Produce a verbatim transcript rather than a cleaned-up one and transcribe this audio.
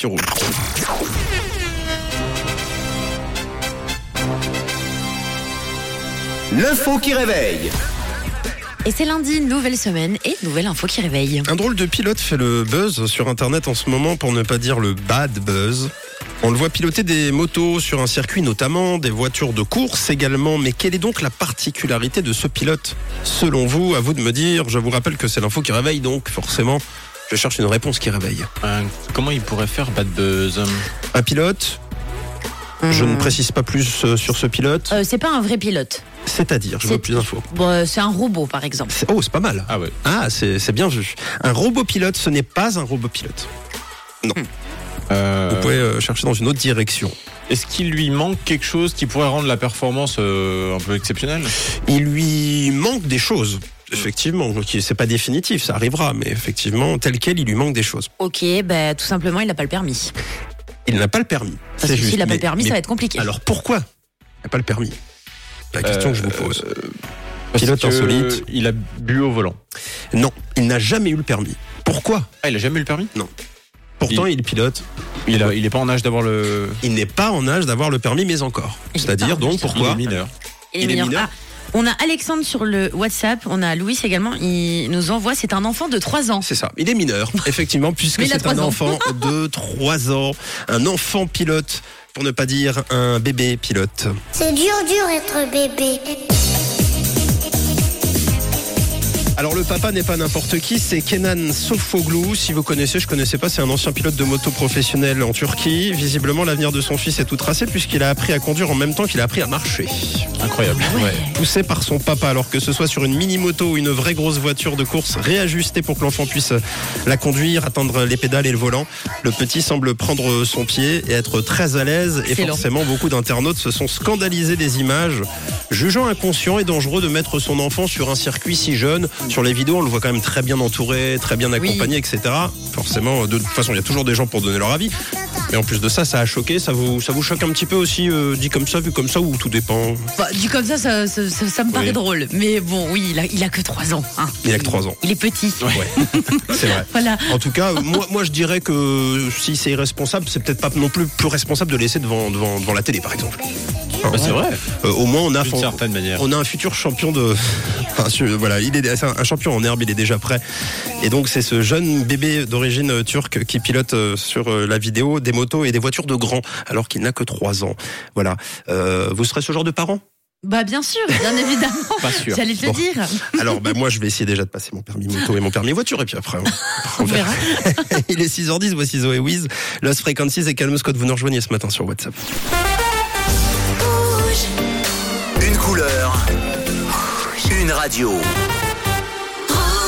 parti rouge. L'info qui réveille. Et c'est lundi, nouvelle semaine et nouvelle info qui réveille. Un drôle de pilote fait le buzz sur Internet en ce moment, pour ne pas dire le bad buzz. On le voit piloter des motos sur un circuit notamment, des voitures de course également. Mais quelle est donc la particularité de ce pilote ? Selon vous, à vous de me dire. Je vous rappelle que c'est l'info qui réveille, donc forcément, je cherche une réponse qui réveille. Euh, comment il pourrait faire bad buzz ? Un pilote ? Mmh. Je ne précise pas plus euh, sur ce pilote. Euh, c'est pas un vrai pilote. C'est-à-dire, je C'est- veux plus d'infos. Bon, euh, c'est un robot, par exemple. C'est- Oh, c'est pas mal. Ah ouais. Ah, c'est, c'est bien vu. Un robot pilote, ce n'est pas un robot pilote. Euh, Vous pouvez euh, chercher dans une autre direction. Est-ce qu'il lui manque quelque chose qui pourrait rendre la performance euh, un peu exceptionnelle ? Il lui manque des choses, effectivement. Donc, c'est pas définitif, ça arrivera, mais effectivement, tel quel, il lui manque des choses. Ok, bah, tout simplement, il n'a pas le permis. Il n'a pas le permis. Parce c'est que juste. s'il n'a pas Mais- le permis, mais ça va être compliqué. Alors pourquoi il n'a pas le permis ? La question que je vous pose. Parce Pilote que insolite. Il a bu au volant. Non, il n'a jamais eu le permis. Pourquoi ? Ah, il a jamais eu le permis ? Pourtant, il, pilote. Il a, il est pas en âge d'avoir le. Il n'est pas en âge d'avoir le permis, mais encore. Il est C'est-à-dire, pas en donc, âge. pourquoi ? Il est mineur. il est mineur. Ah, on a Alexandre sur le WhatsApp, on a Louis également, il nous envoie, c'est un enfant de trois ans. C'est ça, il est mineur, effectivement, puisque Mais il a c'est un trois ans. enfant de trois ans, un enfant pilote, pour ne pas dire un bébé pilote. C'est dur, dur être bébé. Alors le papa n'est pas n'importe qui, c'est Kenan Sofoglou. Si vous connaissez, je connaissais pas, c'est un ancien pilote de moto professionnel en Turquie. Visiblement, l'avenir de son fils est tout tracé puisqu'il a appris à conduire en même temps qu'il a appris à marcher. Incroyable. Ouais. Poussé par son papa, alors que ce soit sur une mini-moto ou une vraie grosse voiture de course, réajustée pour que l'enfant puisse la conduire, atteindre les pédales et le volant, le petit semble prendre son pied et être très à l'aise. Et Excellent. forcément, beaucoup d'internautes se sont scandalisés des images, jugeant inconscient et dangereux de mettre son enfant sur un circuit si jeune. Sur les vidéos, on le voit quand même très bien entouré, très bien accompagné, et cetera. Forcément, de toute façon, il y a toujours des gens pour donner leur avis. Et en plus de ça, ça a choqué. Ça vous, ça vous choque un petit peu aussi, euh, dit comme ça, vu comme ça, ou tout dépend ? Bah, dit comme ça, ça, ça, ça- ça me paraît Oui. drôle. Mais bon, oui, il a, il a que trois ans. hein. Il a que trois ans. Il est petit. Ouais, c'est vrai. Voilà. En tout cas, moi, moi je dirais que si c'est irresponsable, c'est peut-être pas non plus plus responsable de laisser devant, devant, devant la télé, par exemple. Bah, c'est vrai. Euh, au moins, on a, D'une certaine manière. on a un futur champion de. Enfin, su- voilà, il est c'est un, un champion en herbe, il est déjà prêt. Et donc, c'est ce jeune bébé d'origine euh, turque qui pilote euh, sur euh, la vidéo des motos et des voitures de grands, alors qu'il n'a que trois ans. Voilà. Euh, vous serez ce genre de parent ? Bah bien sûr, bien évidemment. Pas sûr. J'allais te Bon. le dire. Alors, bah, moi, je vais essayer déjà de passer mon permis moto et mon permis voiture, et puis après, on, On verra. Il est six heures dix, voici Zoé Wiz, Lost Frequencies et Calum Scott. Vous nous rejoignez ce matin sur WhatsApp. Une couleur. Une radio.